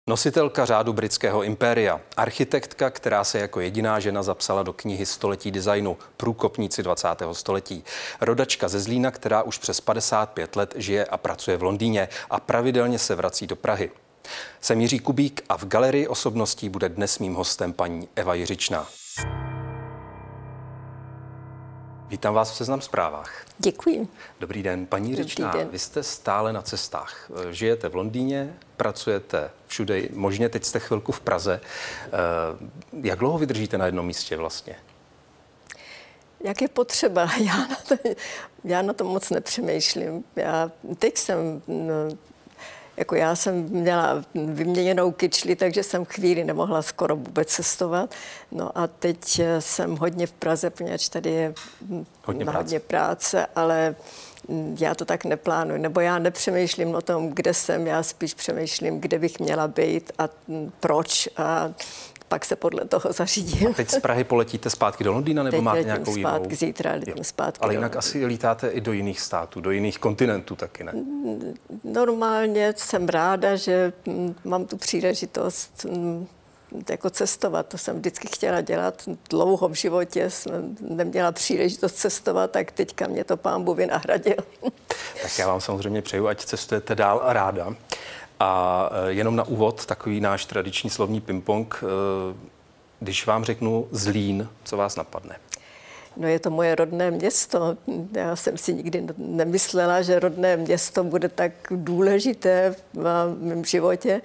Nositelka řádu britského impéria, architektka, která se jako jediná žena zapsala do knihy století designu Průkopníci 20. století. Rodačka ze Zlína, která už přes 55 let žije a pracuje v Londýně a pravidelně se vrací do Prahy. Jsem Jiří Kubík a v galerii osobností bude dnes mým hostem paní Eva Jiřičná. Vítám vás v Seznam Zprávách. Děkuji. Dobrý den, paní Jiřičná. Vy jste stále na cestách. Žijete v Londýně, pracujete všude možně, teď jste chvilku v Praze. Jak dlouho vydržíte na jednom místě vlastně? Jak je potřeba? Já na to moc nepřemýšlím. Já jsem měla vyměněnou kyčli, takže jsem chvíli nemohla skoro vůbec cestovat. No a teď jsem hodně v Praze, poněvadž tady je hodně práce, ale já to tak neplánuji. Nebo já nepřemýšlím o tom, kde jsem, já spíš přemýšlím, kde bych měla být a proč. A pak se podle toho zařídím. A teď z Prahy poletíte zpátky do Londýna, nebo teď máte nějakou jinou? Zítra letím zpátky. Ale jinak asi lítáte i do jiných států, do jiných kontinentů taky, ne? Normálně jsem ráda, že mám tu příležitost jako cestovat. To jsem vždycky chtěla dělat. Dlouho v životě jsem neměla příležitost cestovat, tak teďka mě to Pán Bůh vynahradil. Tak já vám samozřejmě přeju, ať cestujete dál a ráda. A jenom na úvod takový náš tradiční slovní ping-pong. Když vám řeknu Zlín, co vás napadne? No je to moje rodné město. Já jsem si nikdy nemyslela, že rodné město bude tak důležité v mém životě.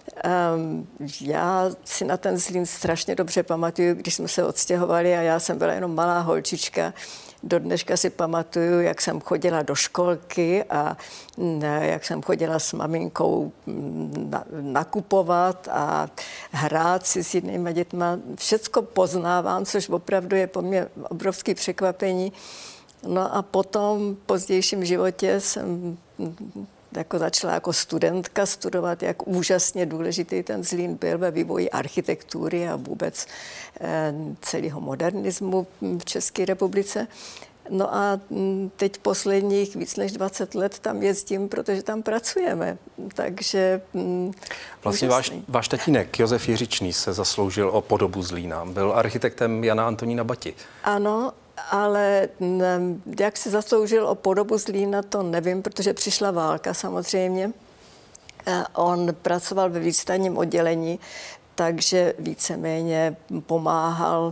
Já si na ten Zlín strašně dobře pamatuju, když jsme se odstěhovali a já jsem byla jenom malá holčička. Do dneška si pamatuju, jak jsem chodila do školky a jak jsem chodila s maminkou nakupovat a hrát si s jinýma dětma. Všecko poznávám, což opravdu je po mně obrovské překvapení. No a potom v pozdějším životě jsem začala jako studentka studovat, jak úžasně důležitý ten Zlín byl ve vývoji architektury a vůbec celého modernismu v České republice. No a teď posledních víc než 20 let tam jezdím, protože tam pracujeme. Takže vlastně váš tatínek Josef Jiřičný se zasloužil o podobu Zlína. Byl architektem Jana Antonína Bati. Ano, ale jak se zasloužil o podobu Zlína, to nevím, protože přišla válka samozřejmě. On pracoval ve výstavním oddělení, takže víceméně pomáhal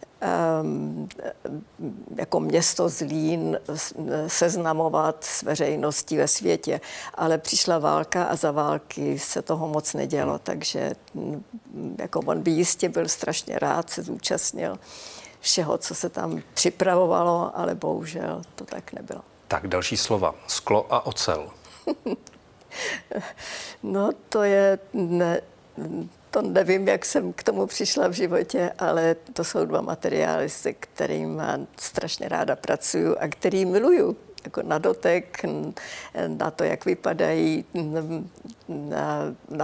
jako město Zlín seznamovat s veřejností ve světě. Ale přišla válka a za války se toho moc nedělo, takže jako on by jistě byl strašně rád, se zúčastnil všeho, co se tam připravovalo, ale bohužel to tak nebylo. Tak další slova. Sklo a ocel. No to nevím, jak jsem k tomu přišla v životě, ale to jsou dva materiály, se kterými strašně ráda pracuju a který miluju. Jako na dotek, na to, jak vypadají, na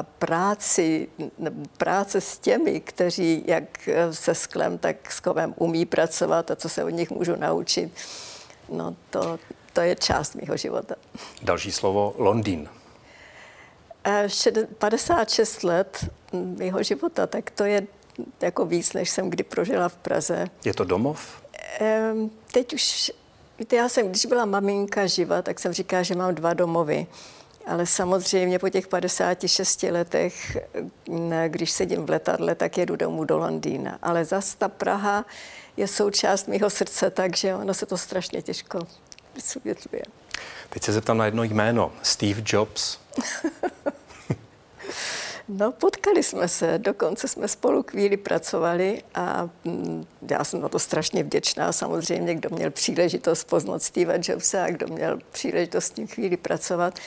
práce s těmi, kteří jak se sklem, tak s kovem umí pracovat a co se od nich můžu naučit. No to je část mýho života. Další slovo Londýn. 56 let mýho života, tak to je jako víc, než jsem kdy prožila v Praze. Je to domov? Teď už, víte, když byla maminka živa, tak jsem říkala, že mám 2 domovy. Ale samozřejmě po těch 56 letech, když sedím v letadle, tak jedu domů do Londýna. Ale zas ta Praha je součást mýho srdce, takže ono se to strašně těžko vysvětluje. Teď se zeptám na jedno jméno. Steve Jobs. No, potkali jsme se, dokonce jsme spolu chvíli pracovali a já jsem na to strašně vděčná. Samozřejmě, kdo měl příležitost poznat Steve Jobse a kdo měl příležitost s tím chvíli pracovat.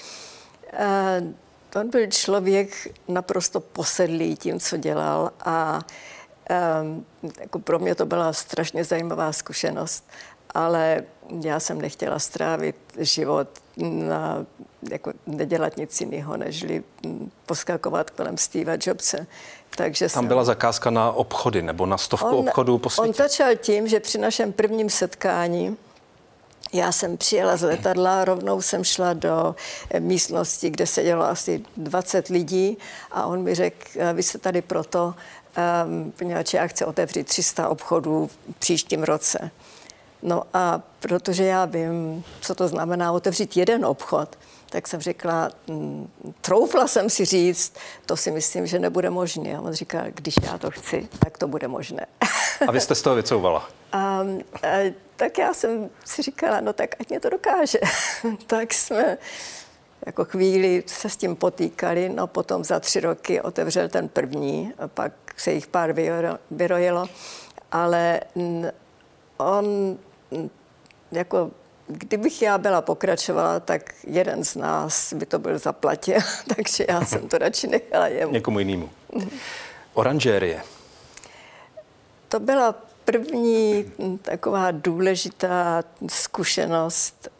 On byl člověk naprosto posedlý tím, co dělal a jako pro mě to byla strašně zajímavá zkušenost, ale já jsem nechtěla strávit život jako nedělat nic jiného, nežli poskakovat kolem Steva Jobse. Takže tam byla zakázka na obchody nebo na stovku obchodů po světě? On začal tím, že při našem prvním setkání Já jsem přijela z letadla, rovnou jsem šla do místnosti, kde sedělo asi 20 lidí a on mi řekl, vy jste tady proto, poněvadž já chci otevřít 300 obchodů v příštím roce. No a protože já vím, co to znamená otevřít jeden obchod, tak jsem řekla, troufla jsem si říct, to si myslím, že nebude možné. A on říkal, když já to chci, tak to bude možné. A vy jste z toho vycouvala? Tak já jsem si říkala, no tak ať mě to dokáže. Tak jsme jako chvíli se s tím potýkali, no potom za 3 roky otevřel ten první, a pak se jich pár vyrojilo, ale on jako kdybych já byla pokračovala, tak jeden z nás by to byl zaplatil, takže já jsem to radši nechala jemu. Někomu jinému. Oranžérie. To byla první taková důležitá zkušenost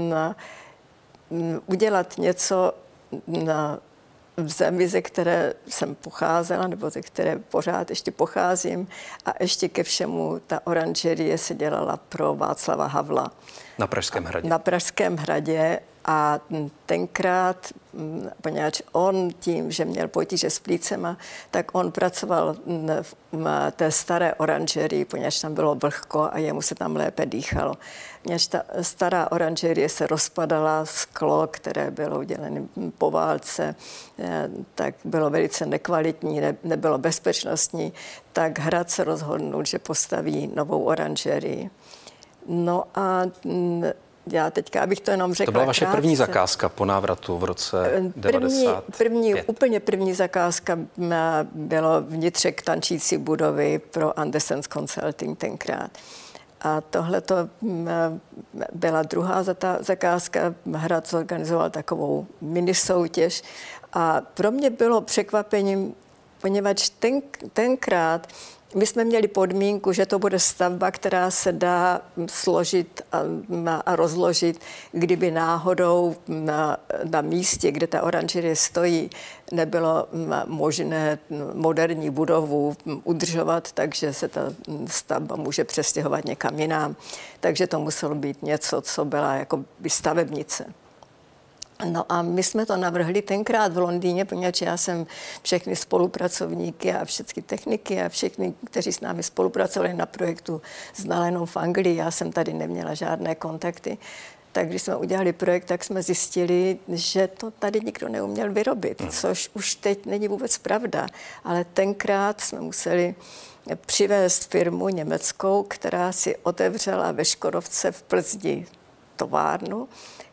udělat něco v zemi, ze které jsem pocházela, nebo ze které pořád ještě pocházím. A ještě ke všemu ta oranžerie se dělala pro Václava Havla. Na Pražském hradě. Na Pražském hradě a tenkrát, poněvadž on tím, že měl potíže s plícema, tak on pracoval v té staré oranžerii, poněvadž tam bylo vlhko a jemu se tam lépe dýchalo. Poněvadž ta stará oranžerie se rozpadala, sklo, které bylo udělené po válce, tak bylo velice nekvalitní, nebylo bezpečnostní, tak hrad se rozhodnul, že postaví novou oranžerii. No a já teďka, abych to jenom řekla. To byla vaše krátce. První zakázka po návratu v roce 95? Úplně první zakázka bylo vnitřek tančící budovy pro Andersens Consulting tenkrát. A tohle to byla druhá zakázka. Hrad zorganizoval takovou minisoutěž. A pro mě bylo překvapením, poněvadž tenkrát my jsme měli podmínku, že to bude stavba, která se dá složit a rozložit, kdyby náhodou na místě, kde ta oranžerie stojí, nebylo možné moderní budovu udržovat, takže se ta stavba může přestěhovat někam jinam. Takže to muselo být něco, co byla jako stavebnice. No a my jsme to navrhli tenkrát v Londýně, poněvadž já jsem všechny spolupracovníky a všechny techniky a všechny, kteří s námi spolupracovali na projektu, znala jenom v Anglii. Já jsem tady neměla žádné kontakty. Tak když jsme udělali projekt, tak jsme zjistili, že to tady nikdo neuměl vyrobit, což už teď není vůbec pravda. Ale tenkrát jsme museli přivést firmu německou, která si otevřela ve Škodovce v Plzni továrnu,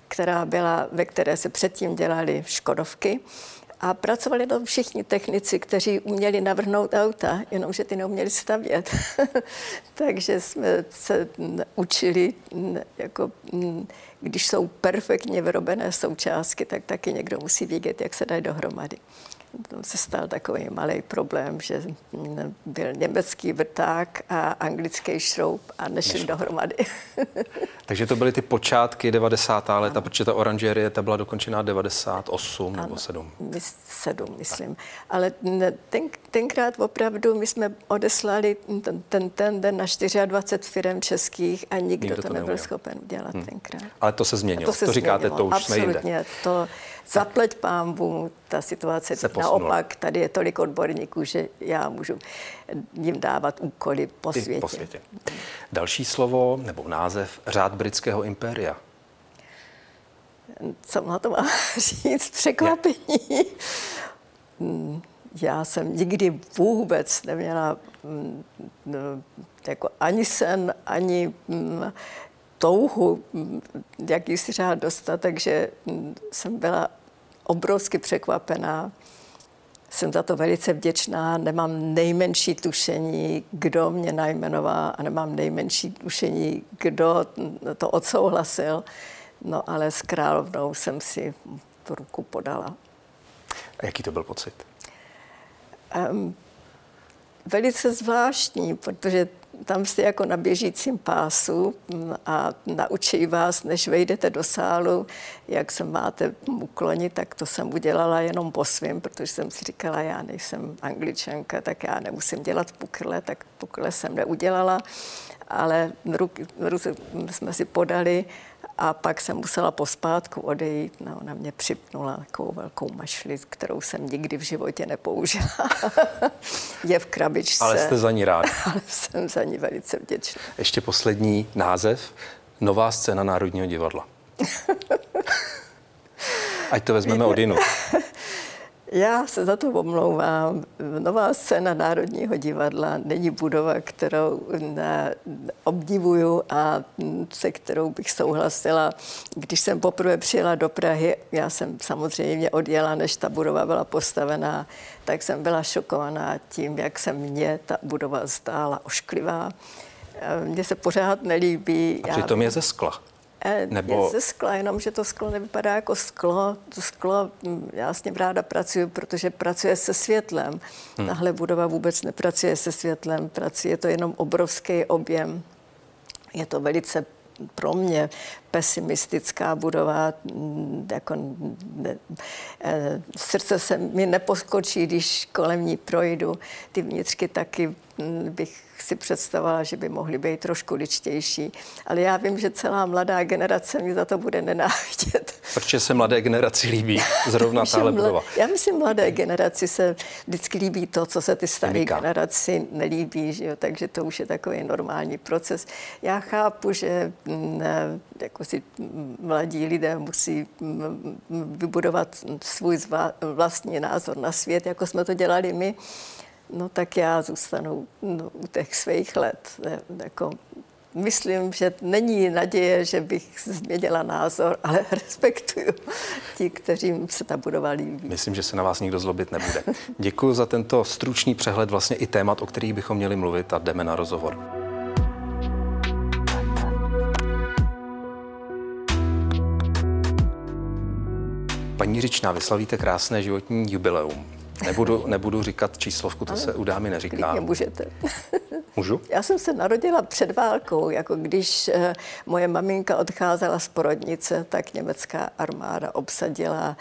ve které se předtím dělaly Škodovky a pracovali tam všichni technici, kteří uměli navrhnout auta, jenomže ty neuměli stavět. Takže jsme se učili, jako, když jsou perfektně vyrobené součástky, tak taky někdo musí vědět, jak se dají dohromady. Tam se stal takový malý problém, že byl německý vrták a anglický šroub a nešli dohromady. Takže to byly ty počátky 90. léta, protože ta oranžerie ta byla dokončená 98 nebo 7. 7, myslím. Ale tenkrát opravdu my jsme odeslali ten den na 24 firem českých a nikdo to nebyl schopen udělat tenkrát. Ale to se změnilo. To říkáte, to už jsme jinde. Absolutně. To zaplať pánbůh, ta situace naopak, tady je tolik odborníků, že já můžu jim dávat úkoly po světě. Další slovo nebo název Řád britského impéria. Co na to má říct? Překvapení. Já jsem nikdy vůbec neměla jako ani sen, ani touhu jakýsi řád dostat, takže jsem byla obrovsky překvapená. Jsem za to velice vděčná, nemám nejmenší tušení, kdo mě najmenoval a nemám nejmenší tušení, kdo to odsouhlasil. No ale s královnou jsem si tu ruku podala. A jaký to byl pocit? Velice zvláštní, protože tam jste jako na běžícím pásu a naučí vás, než vejdete do sálu, jak se máte uklonit, tak to jsem udělala jenom po svým, protože jsem si říkala, já nejsem Angličanka, tak já nemusím dělat pukrle, tak pukrle jsem neudělala, ale ruce jsme si podali A pak jsem musela pospátku odejít. No, ona mě připnula takovou velkou mašli, kterou jsem nikdy v životě nepoužila. Je v krabičce. Ale jste za ní rád. Ale jsem za ní velice vděčná. Ještě poslední název. Nová scéna Národního divadla. Ať to vezmeme odjinud. Já se za to omlouvám. Nová scéna Národního divadla není budova, kterou obdivuju a se kterou bych souhlasila. Když jsem poprvé přijela do Prahy, já jsem samozřejmě odjela, než ta budova byla postavená, tak jsem byla šokovaná tím, jak se mně ta budova zdála ošklivá. Mně se pořád nelíbí. A přitom je ze skla. Nebo... Je ze skla, jenom že to sklo nevypadá jako sklo. To sklo, já s ním ráda pracuji, protože pracuje se světlem. Tahle budova vůbec nepracuje se světlem, pracuje to jenom obrovský objem. Je to velice pro mě pesimistická budova, jako srdce se mi neposkočí, když kolem ní projdu. Ty vnitřky taky bych si představovala, že by mohly být trošku ličtější. Ale já vím, že celá mladá generace mi za to bude nenávidět. Protože se mladé generaci líbí zrovna tahle budova. Já myslím, mladé generaci se vždycky líbí to, co se ty staré generaci nelíbí, že jo? Takže to už je takový normální proces. Já chápu, že jako si mladí lidé musí vybudovat svůj vlastní názor na svět, jako jsme to dělali my. No tak já zůstanu u těch svých let. Jako, myslím, že není naděje, že bych změnila názor, ale respektuju ti, kterým se ta budova líbí. Myslím, že se na vás nikdo zlobit nebude. Děkuji za tento stručný přehled vlastně i témat, o kterých bychom měli mluvit, a jdeme na rozhovor. Paní Jiřičná, vyslavíte krásné životní jubileum. Nebudu říkat číslovku, to se u dámy neříká. Klidně můžete. Můžu? Já jsem se narodila před válkou, jako když moje maminka odcházela z porodnice, tak německá armáda obsadila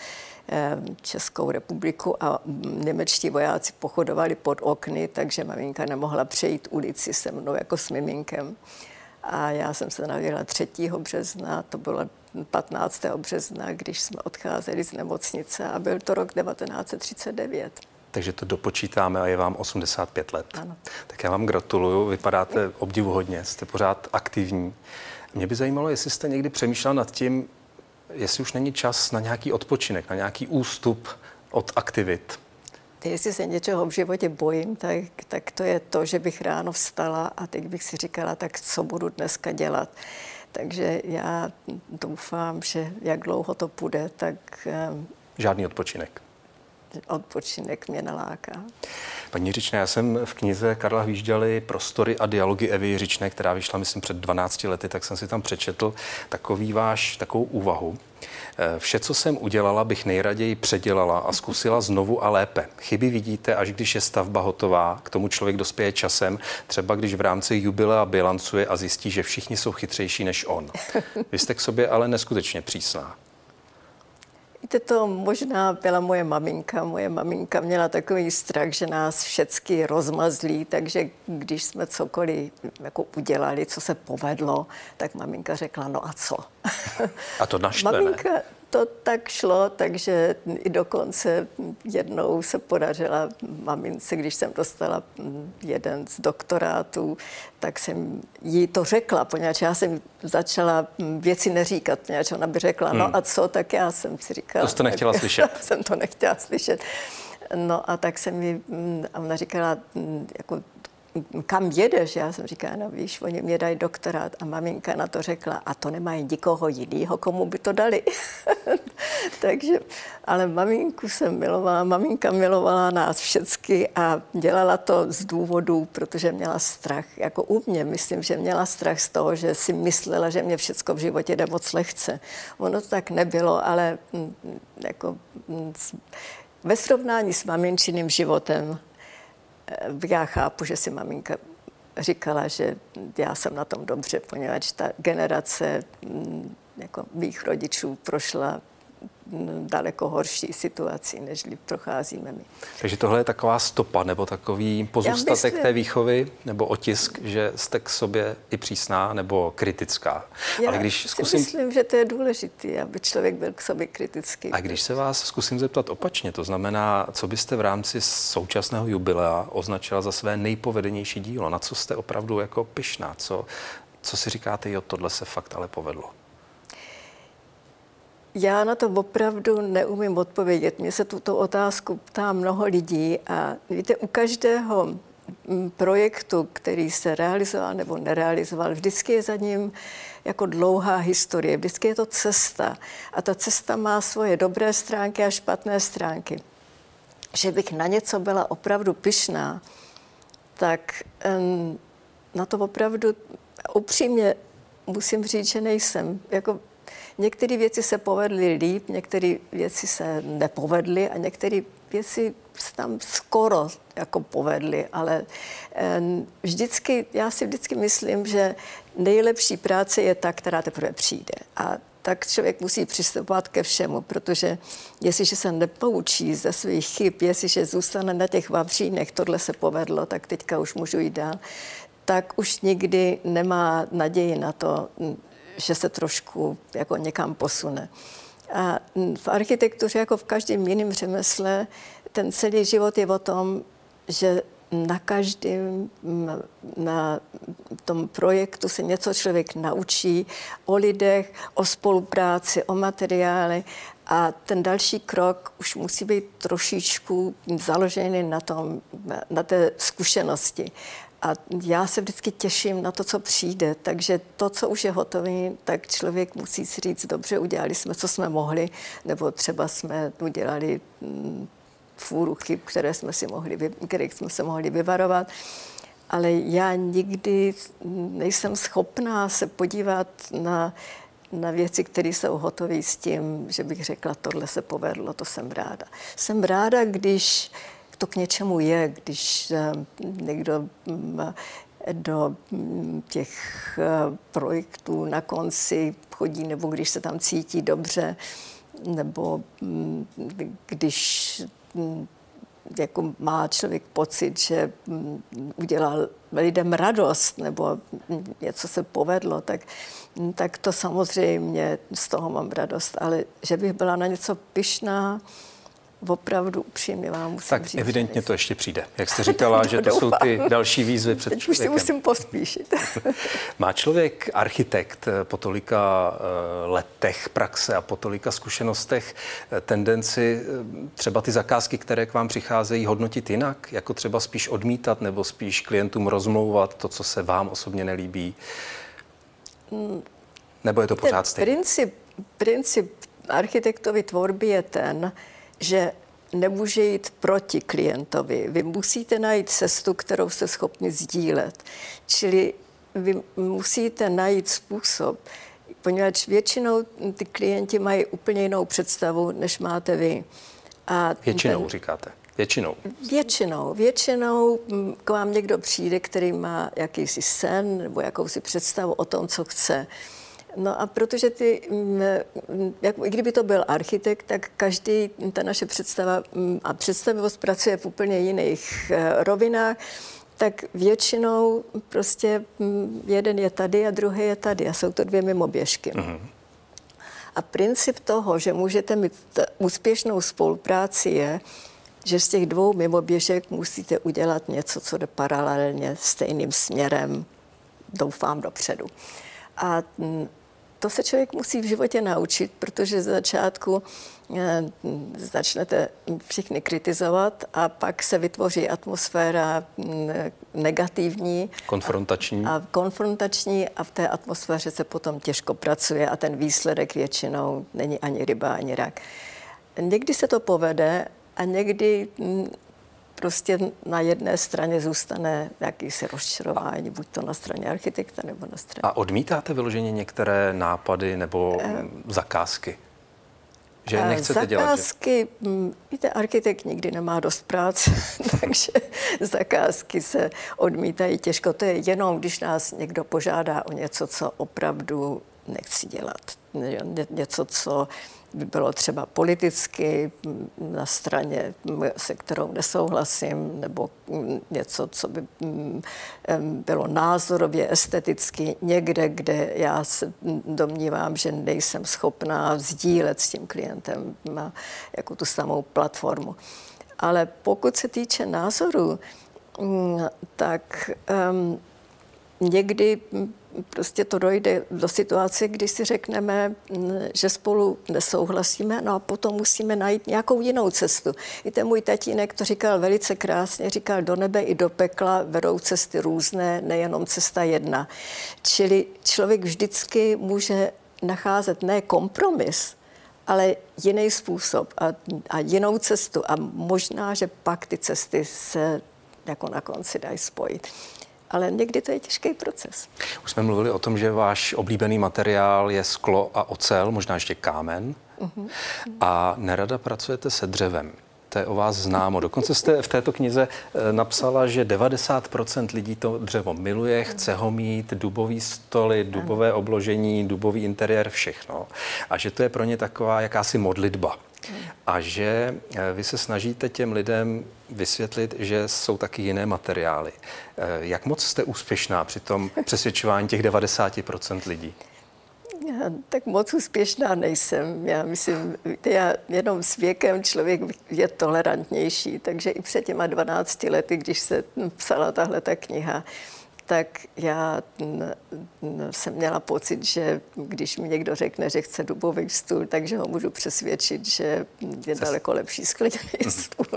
Českou republiku a němečtí vojáci pochodovali pod okny, takže maminka nemohla přejít ulici se mnou jako s miminkem. A já jsem se narodila 3. března, to bylo 15. března, když jsme odcházeli z nemocnice, a byl to rok 1939. Takže to dopočítáme a je vám 85 let. Ano. Tak já vám gratuluju, vypadáte obdivuhodně, jste pořád aktivní. Mě by zajímalo, jestli jste někdy přemýšlel nad tím, jestli už není čas na nějaký odpočinek, na nějaký ústup od aktivit. Jestli se něčeho v životě bojím, tak to je to, že bych ráno vstala a teď bych si říkala, tak co budu dneska dělat. Takže já doufám, že jak dlouho to půjde, tak... Žádný odpočinek. Odpočinek mě naláká. Paní Jiřičné, já jsem v knize Karla Hvížďaly Prostory a dialogy Evy Jiřičné, která vyšla, myslím, před 12 lety, tak jsem si tam přečetl takovou úvahu. Vše, co jsem udělala, bych nejraději předělala a zkusila znovu a lépe. Chyby vidíte, až když je stavba hotová, k tomu člověk dospěje časem, třeba když v rámci jubilea bilancuje a zjistí, že všichni jsou chytřejší než on. Vy jste k sobě ale neskutečně přísná. Víte, to možná byla moje maminka. Moje maminka měla takový strach, že nás všecky rozmazlí, takže když jsme cokoliv jako udělali, co se povedlo, tak maminka řekla, no a co? A to naštve, maminka, to tak šlo, takže i dokonce jednou se podařila mamince, když jsem dostala jeden z doktorátů, tak jsem jí to řekla, poněvadž já jsem začala věci neříkat, poněvadž ona by řekla, no a co, tak já jsem si říkala. To jste nechtěla slyšet. Jsem to nechtěla slyšet. No a tak jsem mi, a ona říkala, jako, kam jedeš? Já jsem říkala, no víš, oni mě dají doktorát, a maminka na to řekla, a to nemají nikoho jiného, komu by to dali. Takže, ale maminku jsem milovala, maminka milovala nás všecky a dělala to z důvodu, protože měla strach, jako u mě, myslím, že měla strach z toho, že si myslela, že mě všecko v životě jde moc lehce. Ono to tak nebylo, ale jako ve srovnání s maminčiným životem já chápu, že si maminka říkala, že já jsem na tom dobře, poněvadž ta generace jako mých rodičů prošla daleko horší situací, než procházíme my. Takže tohle je taková stopa nebo takový pozůstatek té výchovy nebo otisk, že jste k sobě i přísná nebo kritická. Ale když myslím, že to je důležité, aby člověk byl k sobě kritický. A když se vás zkusím zeptat opačně, to znamená, co byste v rámci současného jubilea označila za své nejpovedenější dílo? Na co jste opravdu jako pyšná? Co si říkáte, jo, tohle se fakt ale povedlo? Já na to opravdu neumím odpovědět. Mě se tuto otázku ptá mnoho lidí a víte, u každého projektu, který se realizoval nebo nerealizoval, vždycky je za ním jako dlouhá historie, vždycky je to cesta a ta cesta má svoje dobré stránky a špatné stránky. Že bych na něco byla opravdu pyšná, tak na to opravdu upřímně musím říct, že nejsem. Jako některé věci se povedly líp, některé věci se nepovedly a některé věci se tam skoro jako povedly, ale já si vždycky myslím, že nejlepší práce je ta, která teprve přijde. A tak člověk musí přistupovat ke všemu, protože jestliže se nepoučí ze svých chyb, jestliže zůstane na těch vavřínech, tohle se povedlo, tak teďka už můžu jít dál, tak už nikdy nemá naději na to, že se trošku jako někam posune. A v architektuře, jako v každém jiném řemesle, ten celý život je o tom, že na tom projektu se něco člověk naučí o lidech, o spolupráci, o materiály a ten další krok už musí být trošičku založený na té zkušenosti. A já se vždycky těším na to, co přijde, takže to, co už je hotové, tak člověk musí si říct, dobře, udělali jsme, co jsme mohli, nebo třeba jsme udělali fůru chyb, kterých jsme se mohli vyvarovat. Ale já nikdy nejsem schopná se podívat na věci, které jsou hotové s tím, že bych řekla, tohle se povedlo, to jsem ráda. Jsem ráda, když to k něčemu je, když někdo do těch projektů na konci chodí, nebo když se tam cítí dobře, nebo když jako má člověk pocit, že udělal lidem radost, nebo něco se povedlo, tak to samozřejmě z toho mám radost, ale že bych byla na něco pyšná, opravdu upřímně vám musím tak říct. Tak evidentně to ještě přijde. Jak jste říkala, že to jsou ty další výzvy před člověkem. Teď už si musím pospíšit. Má člověk, architekt, po tolika letech praxe a po tolika zkušenostech tendenci třeba ty zakázky, které k vám přicházejí, hodnotit jinak? Jako třeba spíš odmítat nebo spíš klientům rozmlouvat to, co se vám osobně nelíbí? Nebo je to pořád stejné? Princip architektovy tvorby je ten, že nemůže jít proti klientovi. Vy musíte najít cestu, kterou jste schopni sdílet. Čili vy musíte najít způsob, poněvadž většinou ty klienti mají úplně jinou představu, než máte vy. Většinou říkáte? Většinou k vám někdo přijde, který má jakýsi sen nebo jakousi představu o tom, co chce. No a protože i kdyby to byl architekt, tak každý, ta naše představa a představivost pracuje v úplně jiných rovinách, tak většinou prostě jeden je tady a druhý je tady a jsou to dvě mimoběžky. Mm-hmm. A princip toho, že můžete mít úspěšnou spolupráci je, že z těch dvou mimoběžek musíte udělat něco, co jde paralelně stejným směrem, doufám, dopředu. A to se člověk musí v životě naučit, protože z začátku začnete všichni kritizovat a pak se vytvoří atmosféra negativní. Konfrontační a v té atmosféře se potom těžko pracuje a ten výsledek většinou není ani ryba, ani rak. Někdy se to povede a někdy prostě na jedné straně zůstane jakýsi rozčarování, buď to na straně architekta, nebo na straně... A odmítáte vyloženě některé nápady nebo zakázky? Že nechcete dělat? Zakázky, víte, architekt nikdy nemá dost práce, takže zakázky se odmítají těžko. To je jenom, když nás někdo požádá o něco, co opravdu nechci dělat. Něco, co by bylo třeba politicky na straně, se kterou nesouhlasím, nebo něco, co by bylo názorově, esteticky někde, kde já se domnívám, že nejsem schopná sdílet s tím klientem jako tu samou platformu. Ale pokud se týče názoru, tak někdy prostě to dojde do situace, kdy si řekneme, že spolu nesouhlasíme, no a potom musíme najít nějakou jinou cestu. I ten můj tatínek to říkal velice krásně, říkal, do nebe i do pekla vedou cesty různé, nejenom cesta jedna. Čili člověk vždycky může nacházet ne kompromis, ale jiný způsob a jinou cestu. A možná, že pak ty cesty se jako na konci dají spojit. Ale někdy to je těžký proces. Už jsme mluvili o tom, že váš oblíbený materiál je sklo a ocel, možná ještě kámen. A nerada pracujete se dřevem. To je o vás známo. Dokonce jste v této knize napsala, že 90% lidí to dřevo miluje, chce ho mít, dubový stoly, dubové obložení, dubový interiér, všechno. A že to je pro ně taková jakási modlitba. A že vy se snažíte těm lidem vysvětlit, že jsou taky jiné materiály. Jak moc jste úspěšná při tom přesvědčování těch 90% lidí? Tak moc úspěšná nejsem. Já myslím, jenom s věkem člověk je tolerantnější, takže i před těma 12 lety, když se psala tahle ta kniha, tak já jsem měla pocit, že když mi někdo řekne, že chce dubový stůl, takže ho můžu přesvědčit, že je daleko lepší skleněný stůl,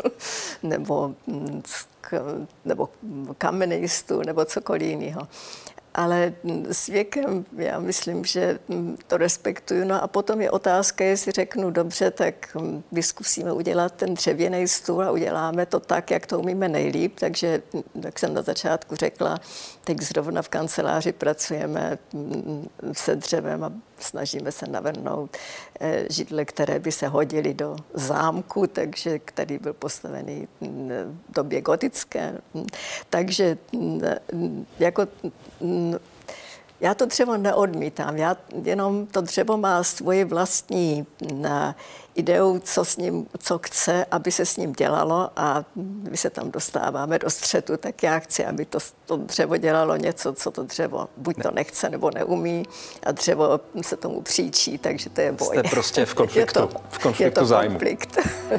nebo kamenný stůl, nebo cokoliv jiného. Ale s věkem já myslím, že to respektuju. No a potom je otázka, jestli řeknu dobře, tak zkusíme udělat ten dřevěný stůl a uděláme to tak, jak to umíme nejlíp. Takže, jak jsem na začátku řekla, teď zrovna v kanceláři pracujeme se dřevem a snažíme se navrhnout židle, které by se hodily do zámku, takže který byl postavený v době gotické. Takže jako já to dřevo neodmítám, jenom to dřevo má svoji vlastní ideu, co chce, aby se s ním dělalo a my se tam dostáváme do střetu, tak já chci, aby to dřevo dělalo něco, co to dřevo buď to nechce nebo neumí a dřevo se tomu příčí, takže to je boj. Jste prostě v konfliktu, je to zájmu. Konflikt.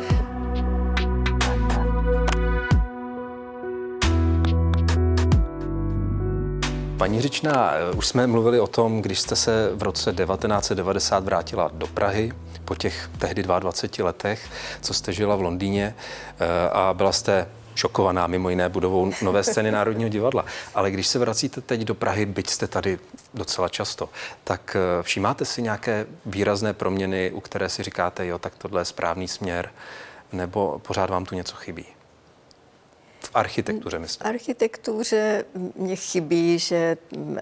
Paní Říčná, už jsme mluvili o tom, když jste se v roce 1990 vrátila do Prahy, po těch tehdy 22 letech, co jste žila v Londýně a byla jste šokovaná mimo jiné budovou Nové scény Národního divadla. Ale když se vracíte teď do Prahy, byť jste tady docela často, tak všímáte si nějaké výrazné proměny, u které si říkáte, jo, tak tohle je správný směr, nebo pořád vám tu něco chybí? V architektuře, myslím. V architektuře mě chybí, že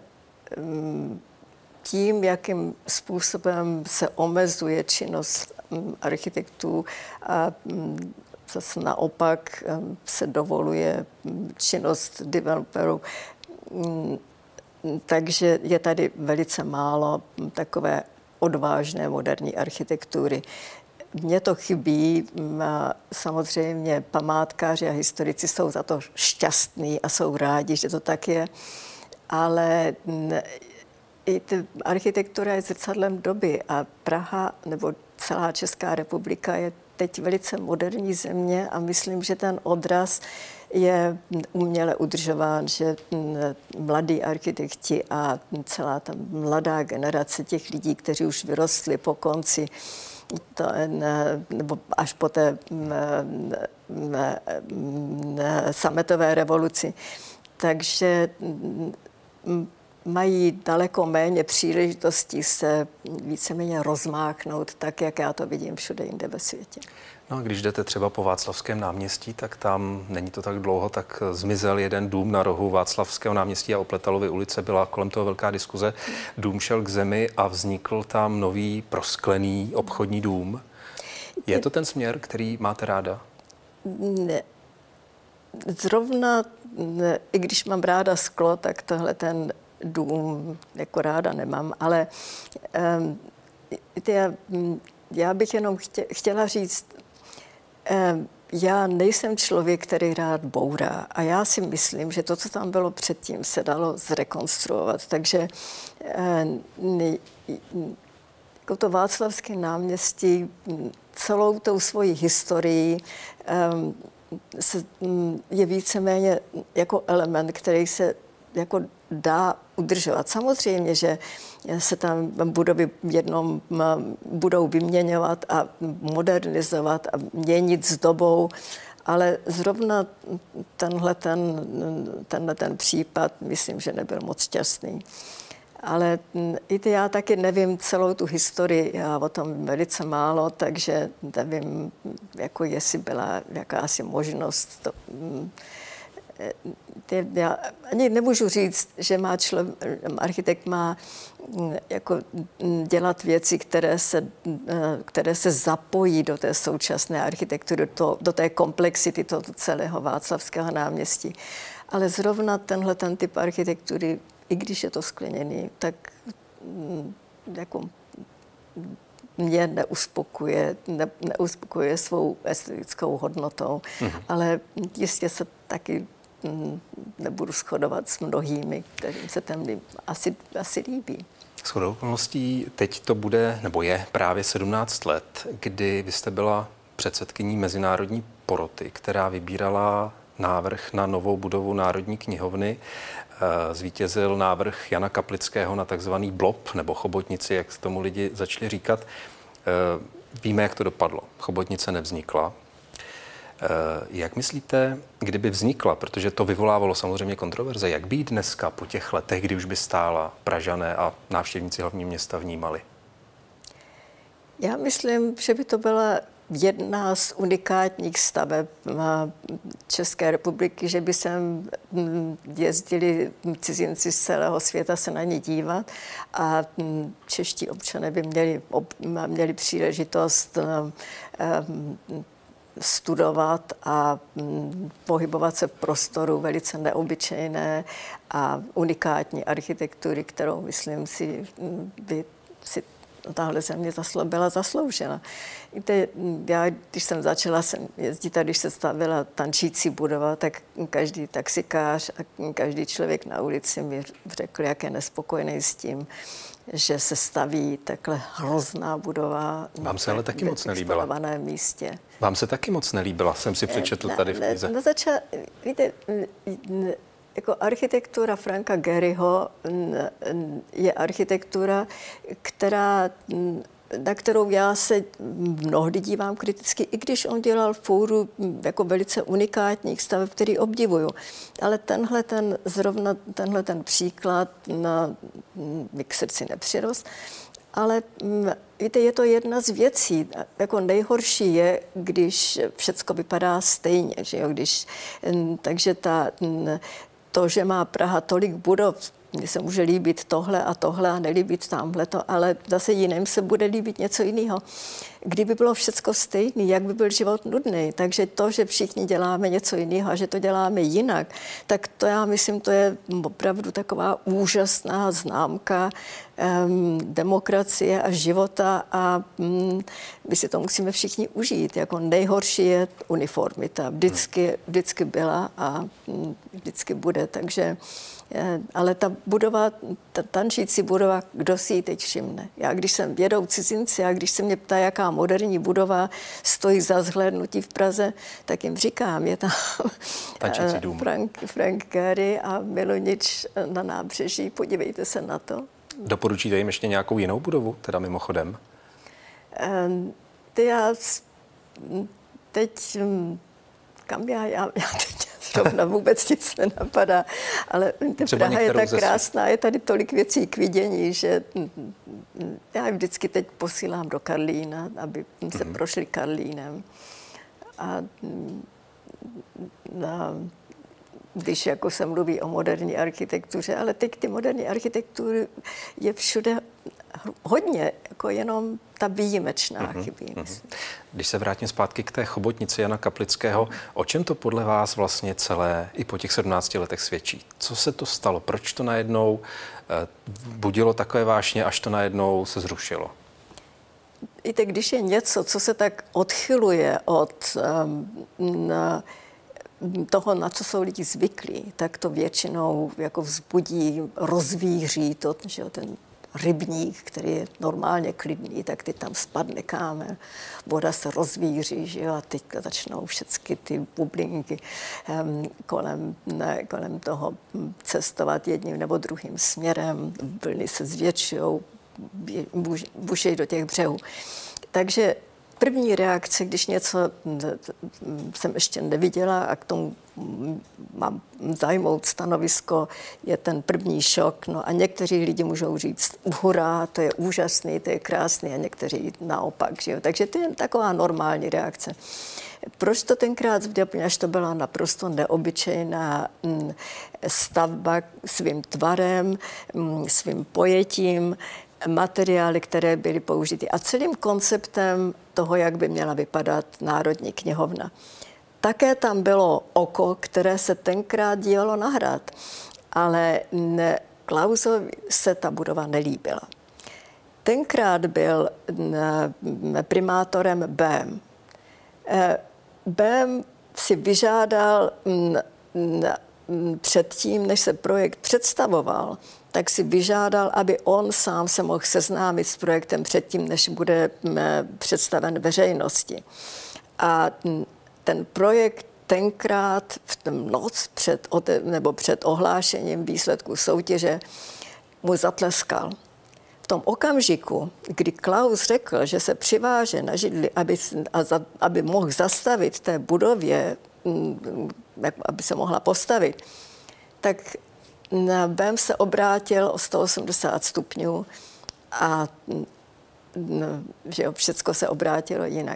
tím, jakým způsobem se omezuje činnost architektů a zase naopak se dovoluje činnost developerů, takže je tady velice málo takové odvážné moderní architektury. Mně to chybí, samozřejmě památkáři a historici jsou za to šťastní a jsou rádi, že to tak je, ale i architektura je zrcadlem doby a Praha nebo celá Česká republika je teď velice moderní země a myslím, že ten odraz je uměle udržován, že mladí architekti a celá ta mladá generace těch lidí, kteří už vyrostli po konci nebo až po té sametové revoluci. Takže mají daleko méně příležitostí se víceméně rozmáchnout, tak, jak já to vidím všude jinde ve světě. No a když jdete třeba po Václavském náměstí, tak tam není to tak dlouho, tak zmizel jeden dům na rohu Václavského náměstí a Opletalovy ulice. Byla kolem toho velká diskuze. Dům šel k zemi a vznikl tam nový prosklený obchodní dům. Je to ten směr, který máte ráda? Ne. Zrovna, i když mám ráda sklo, tak tohle ten dům jako ráda nemám, ale já bych jenom chtěla říct, já nejsem člověk, který rád bourá a já si myslím, že to, co tam bylo předtím, se dalo zrekonstruovat. Takže jako to Václavské náměstí celou tou svojí historií je víceméně jako element, který se jako dá udržovat. Samozřejmě, že se tam budovy jednou budou vyměňovat a modernizovat a měnit s dobou, ale zrovna tenhle případ, myslím, že nebyl moc šťastný. Ale já taky nevím celou tu historii, já o tom velice málo, takže nevím, jako jestli byla jakási možnost. Já ani nemůžu říct, že architekt má jako dělat věci, které se zapojí do té současné architektury, do té komplexity toho celého Václavského náměstí. Ale zrovna ten typ architektury, i když je to skleněný, tak jako mě neuspokuje svou estetickou hodnotou, ale jistě se taky nebudu shodovat s mnohými, kterým se tam asi líbí. Shodou okolností teď to bude, nebo je právě 17 let, kdy vy jste byla předsedkyní mezinárodní poroty, která vybírala návrh na novou budovu Národní knihovny. Zvítězil návrh Jana Kaplického na takzvaný blob nebo chobotnici, jak tomu lidi začali říkat. Víme, jak to dopadlo. Chobotnice nevznikla. Jak myslíte, kdyby vznikla, protože to vyvolávalo samozřejmě kontroverze, jak by ji dneska po těch letech, kdy už by stála, Pražané a návštěvníci hlavního města vnímali? Já myslím, že by to byla jedna z unikátních staveb České republiky, že by sem jezdili cizinci z celého světa se na ní dívat a čeští občané by měli příležitost studovat a pohybovat se v prostoru velice neobyčejné a unikátní architektury, kterou, myslím si, by si tahle země byla zasloužena. Víte, já, když jsem začala jezdit a když se stavila tančící budova, tak každý taxikář a každý člověk na ulici mi řekl, jak je nespokojený s tím, že se staví takhle hrozná budova. Vám se ale taky moc nelíbila. Místě. Vám se taky moc nelíbila, jsem si přečetl tady v knize. Víte, jako architektura Franka Gehryho je architektura, na kterou já se mnohdy dívám kriticky, i když on dělal fůru jako velice unikátních staveb, který obdivuju. Ale tenhle ten příklad mi k srdci nepřirost. Ale víte, je to jedna z věcí. Jako nejhorší je, když všecko vypadá stejně. Že jo? Takže to, že má Praha tolik budov, mně se může líbit tohle a nelíbit tamhleto, ale zase jiným se bude líbit něco jiného. Kdyby bylo všecko stejné, jak by byl život nudný. Takže to, že všichni děláme něco jiného a že to děláme jinak, tak to já myslím, to je opravdu taková úžasná známka demokracie a života a my si to musíme všichni užít. Jako nejhorší je uniformita. Vždycky byla a vždycky bude. Takže ale ta budova, ta tančící budova, kdo si ji teď všimne? Já, když jsem jedou cizinci a když se mě ptá, jaká moderní budova stojí za zhlédnutí v Praze, tak jim říkám, je tam Frank Gehry a Milunič na nábřeží, podívejte se na to. Doporučíte jim ještě nějakou jinou budovu, teda mimochodem? Kam já teď zrovna vůbec nic nenapadá, ale Praha je tak krásná, je tady tolik věcí k vidění, že já vždycky teď posílám do Karlína, aby se prošli Karlínem. A když jako se mluví o moderní architektuře, ale teď ty moderní architektury je všude hodně. jako jenom ta výjimečná chybí. Když se vrátím zpátky k té chobotnici Jana Kaplického, o čem to podle vás vlastně celé i po těch 17 letech svědčí? Co se to stalo? Proč to najednou budilo takové vášně, až to najednou se zrušilo? Víte, když je něco, co se tak odchyluje od toho, na co jsou lidi zvyklí, tak to většinou jako vzbudí, rozvíří to, že ten rybník, který je normálně klidný, tak ty tam spadne kámen, voda se rozvíří, že jo, a teďka začnou všechny ty bublinky kolem toho cestovat jedním nebo druhým směrem, vlny se zvětšujou, bušejí do těch břehů. Takže první reakce, když něco jsem ještě neviděla a k tomu mám zajmout stanovisko, je ten první šok. No a někteří lidi můžou říct, hurá, to je úžasný, to je krásný, a někteří naopak. Že jo? Takže to je taková normální reakce. Proč to tenkrát zvěděl? Protože to byla naprosto neobyčejná stavba svým tvarem, svým pojetím, materiály, které byly použity a celým konceptem toho, jak by měla vypadat Národní knihovna. Také tam bylo oko, které se tenkrát dívalo na hrad, ale Klausovi se ta budova nelíbila. Tenkrát byl primátorem Bém. Bém si vyžádal předtím, než se projekt představoval, tak si vyžádal, aby on sám se mohl seznámit s projektem předtím, než bude představen veřejnosti. A ten projekt tenkrát v ten noc před ohlášením výsledků soutěže mu zatleskal. V tom okamžiku, kdy Klaus řekl, že se přiváže na židli, aby mohl zastavit té budově, aby se mohla postavit, tak Bém se obrátil o 180 stupňů a že všecko se obrátilo jinak.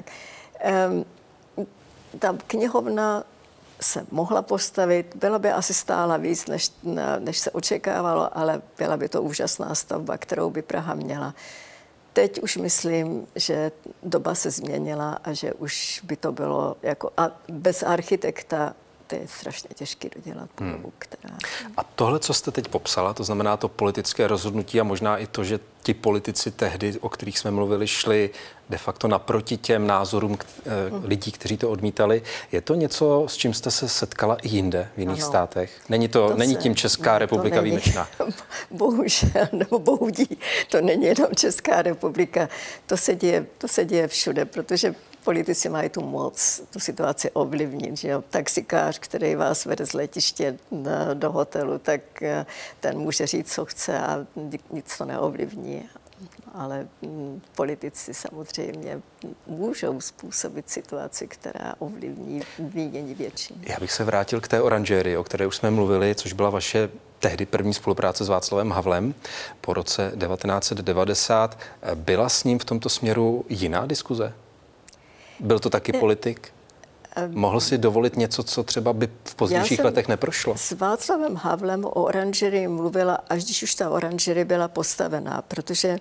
Ta knihovna se mohla postavit, byla by asi stála víc, než se očekávalo, ale byla by to úžasná stavba, kterou by Praha měla. Teď už myslím, že doba se změnila a že už by to bylo jako... A bez architekta to je strašně těžké dodělat budovu, která... A tohle, co jste teď popsala, to znamená to politické rozhodnutí a možná i to, že ti politici tehdy, o kterých jsme mluvili, šli de facto naproti těm názorům lidí, kteří to odmítali. Je to něco, s čím jste se setkala i jinde v jiných státech? Není tím Česká republika výjimečná? Bohužel, nebo bohudí, to není jenom Česká republika. To se děje všude, protože politici mají tu moc tu situaci ovlivnit. Že jo? Taxikář, který vás vede z letiště do hotelu, tak ten může říct, co chce a nic to neovlivní. Ale politici samozřejmě můžou způsobit situaci, která ovlivní mínění většiny. Já bych se vrátil k té oranžérii, o které už jsme mluvili, což byla vaše tehdy první spolupráce s Václavem Havlem po roce 1990. Byla s ním v tomto směru jiná diskuze? Byl to taky politik? Mohl si dovolit něco, co třeba by v pozdějších letech neprošlo? S Václavem Havlem o oranžerii mluvila, až když už ta oranžerie byla postavená, protože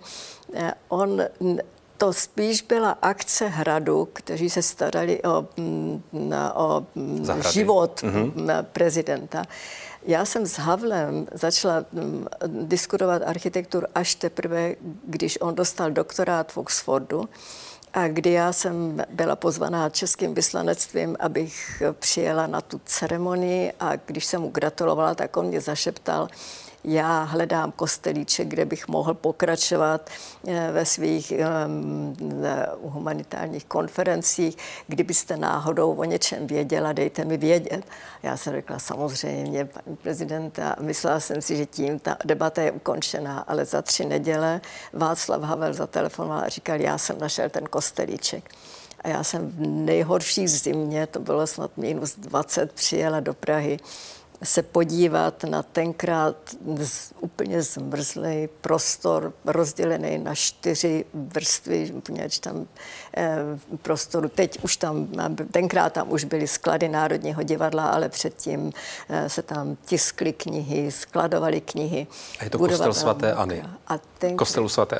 to spíš byla akce hradu, kteří se starali o život prezidenta. Já jsem s Havlem začala diskutovat architekturu až teprve, když on dostal doktorát v Oxfordu, a kdy já jsem byla pozvaná českým vyslanectvím, abych přijela na tu ceremonii, a když jsem mu gratulovala, tak on mě zašeptal, já hledám kostelíček, kde bych mohl pokračovat ve svých humanitárních konferencích. Kdybyste náhodou o něčem věděla, dejte mi vědět. Já jsem řekla, samozřejmě, paní prezidenta, myslela jsem si, že tím ta debata je ukončená, ale za 3 neděle Václav Havel zatelefonoval a říkal, já jsem našel ten kostelíček. A já jsem v nejhorší zimě, to bylo snad -20, přijela do Prahy se podívat na tenkrát úplně zmrzlý prostor, rozdělený na 4 vrstvy, poněvadž tam prostoru. Tenkrát tam už byly sklady Národního divadla, ale předtím se tam tiskly knihy, skladovaly knihy. A je to kostel svaté Anny. Kostelu svaté Anny.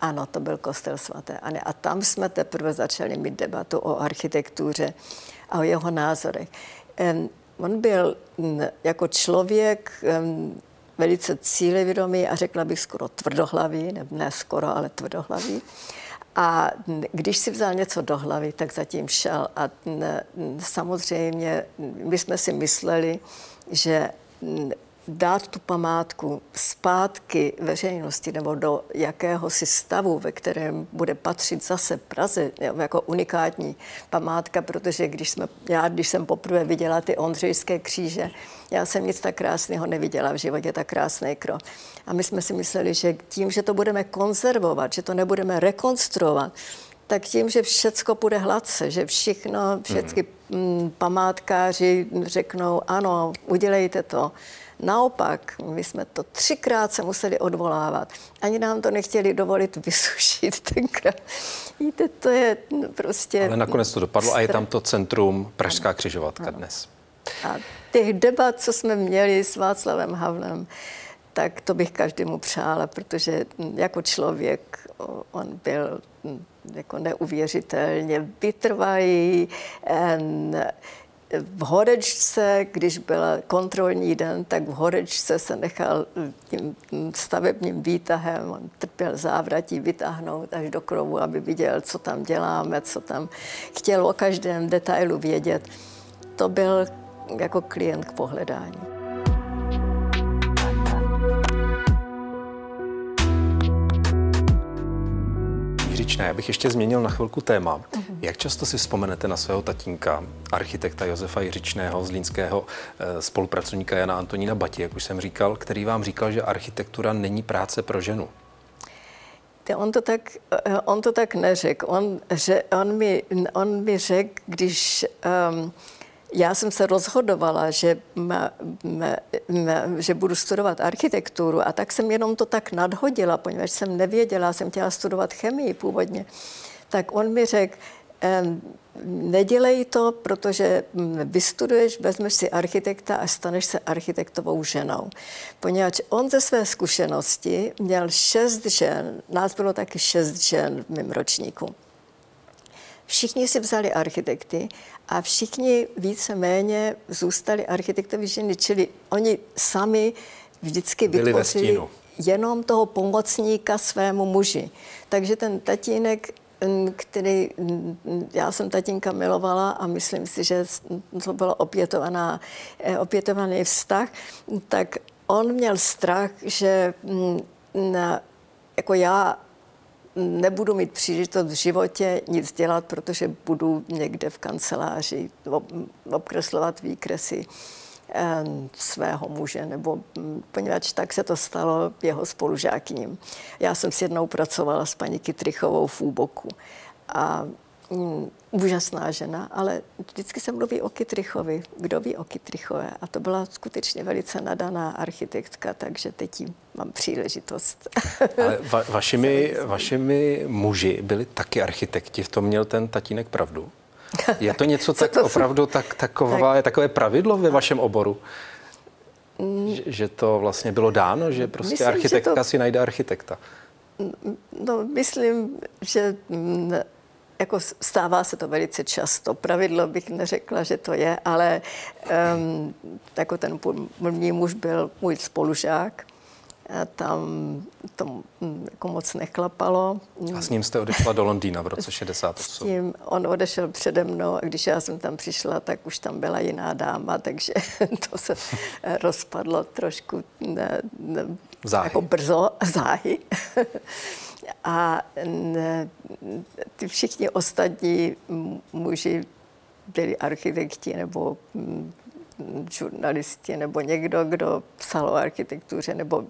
Ano, to byl kostel svaté Anny. A tam jsme teprve začali mít debatu o architektuře a o jeho názorech. On byl jako člověk velice cílevědomý a řekla bych skoro tvrdohlavý, ne skoro, ale tvrdohlavý. A když si vzal něco do hlavy, tak zatím šel. A samozřejmě my jsme si mysleli, že dát tu památku zpátky veřejnosti nebo do jakéhosi stavu, ve kterém bude patřit zase Praze, jako unikátní památka, protože když jsem poprvé viděla ty Ondřejské kříže, já jsem nic tak krásného neviděla v životě, tak krásný krok. A my jsme si mysleli, že tím, že to budeme konzervovat, že to nebudeme rekonstruovat, tak tím, že všecko půjde hladce, že všechny památkáři řeknou, ano, udělejte to. Naopak, my jsme to 3krát se museli odvolávat. Ani nám to nechtěli dovolit vysušit tenkrát. Víte, to je prostě... Ale nakonec to dopadlo a je tam to centrum Pražská křižovatka dnes. A těch debat, co jsme měli s Václavem Havlem, tak to bych každému přála, protože jako člověk on byl jako neuvěřitelně vytrvalý. V Horečce, když byl kontrolní den, tak v Horečce se nechal tím stavebním výtahem, on trpěl závratí, vytáhnout až do krovu, aby viděl, co tam děláme, co tam chtěl o každém detailu vědět. To byl jako klient k pohledání. Jiříčné, já bych ještě změnil na chvilku téma. Jak často si vzpomenete na svého tatínka, architekta Josefa Jiříčného, zlínského spolupracovníka Jana Antonína Bati, jak už jsem říkal, který vám říkal, že architektura není práce pro ženu? On to tak neřekl. On mi řekl, když já jsem se rozhodovala, že budu studovat architekturu, a tak jsem jenom to tak nadhodila, poněvadž jsem nevěděla, jsem chtěla studovat chemii původně. Tak on mi řekl, nedělej to, protože vystuduješ, vezmeš si architekta a staneš se architektovou ženou. Poněvadž on ze své zkušenosti měl 6 žen, nás bylo taky 6 žen v mém ročníku. Všichni si vzali architekty a všichni víceméně zůstali architektovi ženy, čili oni sami vždycky vytvořili jenom toho pomocníka svému muži. Takže ten tatínek, já jsem tatínka milovala a myslím si, že to byl opětovaný vztah, tak on měl strach, že jako já nebudu mít příležitost v životě nic dělat, protože budu někde v kanceláři obkreslovat výkresy svého muže, nebo poněvadž tak se to stalo jeho spolužákyním. Já jsem s jednou pracovala s paní Kytrichovou v Úboku a úžasná žena, ale vždycky se mluví o Kytrichovi. Kdo ví o Kytrichové? A to byla skutečně velice nadaná architektka, takže teď mám příležitost. Ale vašimi muži byli taky architekti, v tom měl ten tatínek pravdu? Je to něco tak opravdu takové pravidlo ve vašem oboru? Že to vlastně bylo dáno, že prostě myslím, architektka si najde architekta? No, myslím, že jako stává se to velice často. Pravidlo bych neřekla, že to je, ale jako ten můj muž byl můj spolužák. A tam to jako moc nechlapalo. A s ním jste odešla do Londýna v roce 68? S tím on odešel přede mnou a když já jsem tam přišla, tak už tam byla jiná dáma, takže to se rozpadlo trošku jako brzo, záhy. A ty všichni ostatní muži byli architekti nebo žurnalisti nebo někdo, kdo psal o architektuře, nebo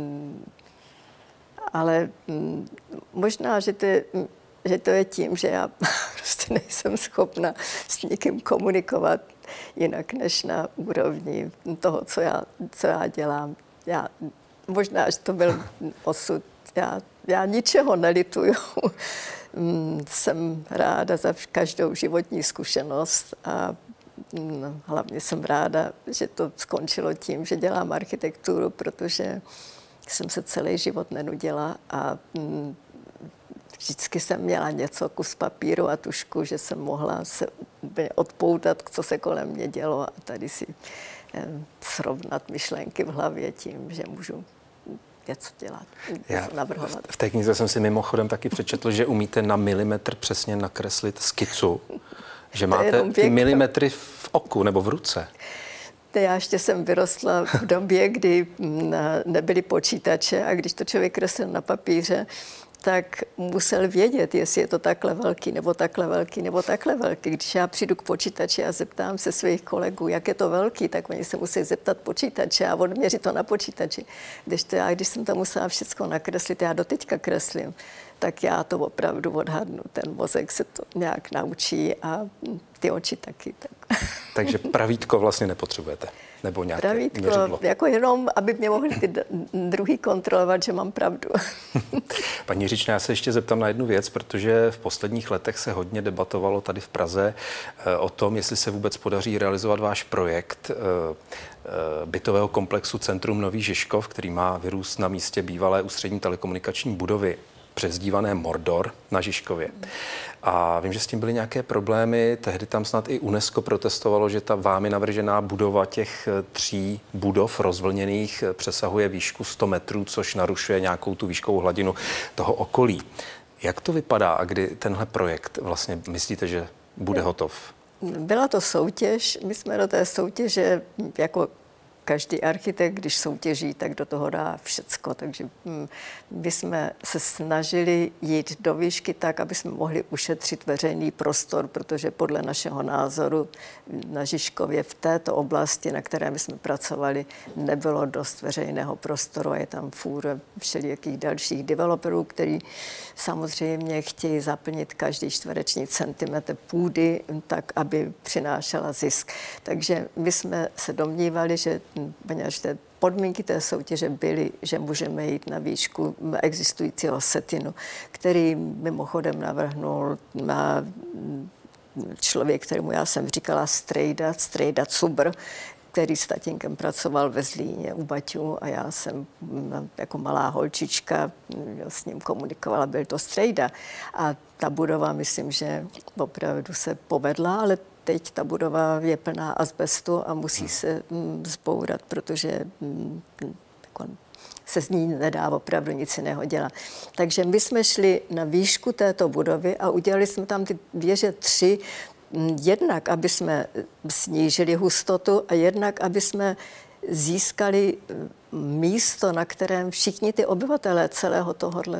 ale možná, že to je tím, že já prostě nejsem schopna s nikým komunikovat jinak než na úrovni toho, co já dělám. Možná, že to byl osud. Já ničeho nelituju. Jsem ráda za každou životní zkušenost a hlavně jsem ráda, že to skončilo tím, že dělám architekturu, protože jsem se celý život nenudila a vždycky jsem měla něco, kus papíru a tušku, že jsem mohla se úplně odpoutat, co se kolem mě dělo a tady si srovnat myšlenky v hlavě tím, že můžu něco dělat, něco navrhovat. V té knize jsem si mimochodem taky přečetl, že umíte na milimetr přesně nakreslit skicu, že máte ty milimetry v oku nebo v ruce. Já ještě jsem vyrostla v době, kdy nebyly počítače a když to člověk kreslil na papíře, tak musel vědět, jestli je to takhle velký, nebo takhle velký, nebo takhle velký. Když já přijdu k počítači a zeptám se svých kolegů, jak je to velký, tak oni se musí zeptat počítače a odměřit to na počítači. Když jsem to musela všechno nakreslit, já doteďka kreslím, tak já to opravdu odhadnu. Ten mozek se to nějak naučí a ty oči taky. Tak. Takže pravítko vlastně nepotřebujete? Nebo nějaké měřidlo? Jako jenom, aby mě mohli ty druhý kontrolovat, že mám pravdu. Paní Říčná, já se ještě zeptám na jednu věc, protože v posledních letech se hodně debatovalo tady v Praze o tom, jestli se vůbec podaří realizovat váš projekt bytového komplexu Centrum Nový Žižkov, který má vyrůst na místě bývalé ústřední telekomunikační budovy, přezdívané Mordor na Žižkově. A vím, že s tím byly nějaké problémy. Tehdy tam snad i UNESCO protestovalo, že ta vámi navržená budova těch 3 budov rozvlněných přesahuje výšku 100 metrů, což narušuje nějakou tu výškovou hladinu toho okolí. Jak to vypadá a kdy tenhle projekt vlastně myslíte, že bude hotov? Byla to soutěž. My jsme do té soutěže jako každý architekt, když soutěží, tak do toho dá všecko. Takže my jsme se snažili jít do výšky tak, aby jsme mohli ušetřit veřejný prostor, protože podle našeho názoru na Žižkově v této oblasti, na které my jsme pracovali, nebylo dost veřejného prostoru a je tam fůra všelijakých dalších developerů, který samozřejmě chtějí zaplnit každý čtvereční centimetr půdy tak, aby přinášela zisk. Takže my jsme se domnívali, že podmínky té soutěže byly, že můžeme jít na výšku existujícího setinu, který mimochodem navrhnul člověk, kterému já jsem říkala Strejda Cubr, který s tatínkem pracoval ve Zlíně u Baťů a já jsem jako malá holčička s ním komunikovala, byl to Strejda. A ta budova, myslím, že opravdu se povedla, ale teď ta budova je plná azbestu a musí se zbourat, protože se z ní nedá opravdu nic jiného dělat. Takže my jsme šli na výšku této budovy a udělali jsme tam ty věže 3, jednak, aby jsme snížili hustotu a jednak, aby jsme získali místo, na kterém všichni ty obyvatelé celého tohohle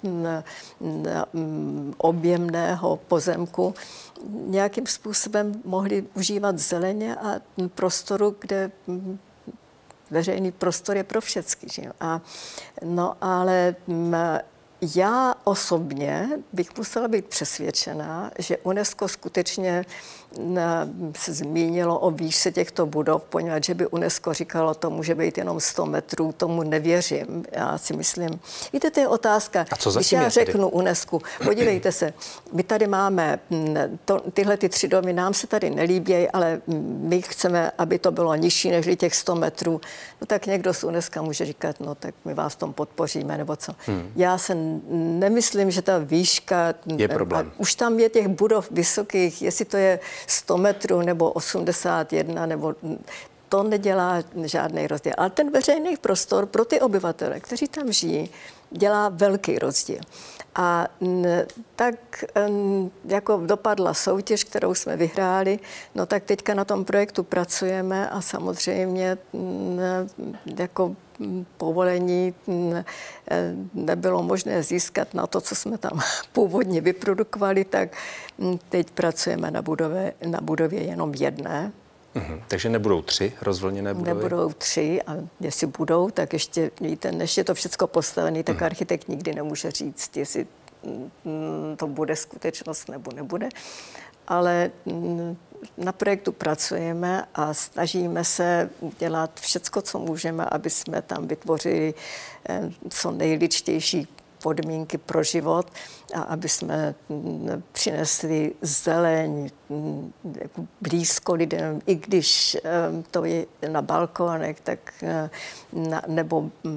objemného pozemku nějakým způsobem mohli užívat zeleně a prostoru, kde veřejný prostor je pro všechny. Že? Ale já osobně bych musela být přesvědčená, že UNESCO skutečně se zmínilo o výšce těchto budov, poněvadž by UNESCO říkalo, to může být jenom 100 metrů, tomu nevěřím. Já si myslím, víte, to je otázka. A co když já řeknu UNESCO, podívejte se, my tady máme tyhle 3 domy, nám se tady nelíbějí, ale my chceme, aby to bylo nižší než těch 100 metrů. No tak někdo z UNESCO může říkat, no tak my vás v tom podpoříme, nebo co. Já se nemyslím, že ta výška... Je problém. Už tam je těch budov vysokých, jestli to je 100 metrů nebo 81, nebo to nedělá žádný rozdíl. Ale ten veřejný prostor pro ty obyvatele, kteří tam žijí, dělá velký rozdíl. A tak jako dopadla soutěž, kterou jsme vyhráli, no tak teďka na tom projektu pracujeme a samozřejmě jako povolení nebylo možné získat na to, co jsme tam původně vyprodukovali, tak teď pracujeme na budově jenom jedné. Takže nebudou 3 rozvlněné budovy? Nebudou 3 a jestli budou, tak ještě, víte, než je to všechno postavené, tak architekt nikdy nemůže říct, jestli to bude skutečnost nebo nebude. Ale na projektu pracujeme a snažíme se udělat všecko, co můžeme, aby jsme tam vytvořili co nejličtější podmínky pro život a aby jsme přinesli zeleň blízko lidem, i když to je na balkónech, tak nebo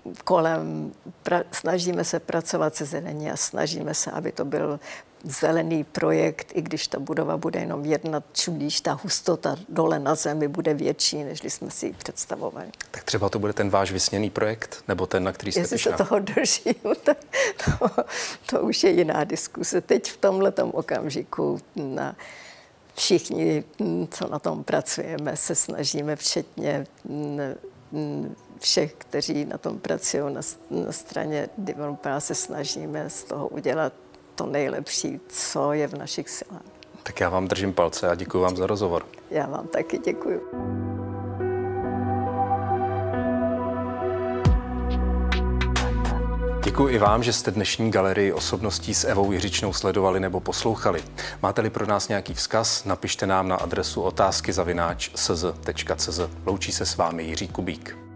snažíme se pracovat se zelení a snažíme se, aby to byl zelený projekt, i když ta budova bude jenom jedna čudíš, ta hustota dole na zemi bude větší, než jsme si ji představovali. Tak třeba to bude ten váš vysněný projekt, nebo ten, na který jste Jestli pyšná? se toho dožiju, tak to už je jiná diskuse. Teď v tomhletom okamžiku všichni, co na tom pracujeme, se snažíme, včetně všech, kteří na tom pracují na straně Developer, se snažíme z toho udělat to nejlepší, co je v našich silách. Tak já vám držím palce a děkuji vám za rozhovor. Já vám taky děkuji. Děkuji i vám, že jste dnešní galerii osobností s Evou Jiřičnou sledovali nebo poslouchali. Máte-li pro nás nějaký vzkaz, napište nám na adresu otázky@cz.cz. Loučí se s vámi Jiří Kubík.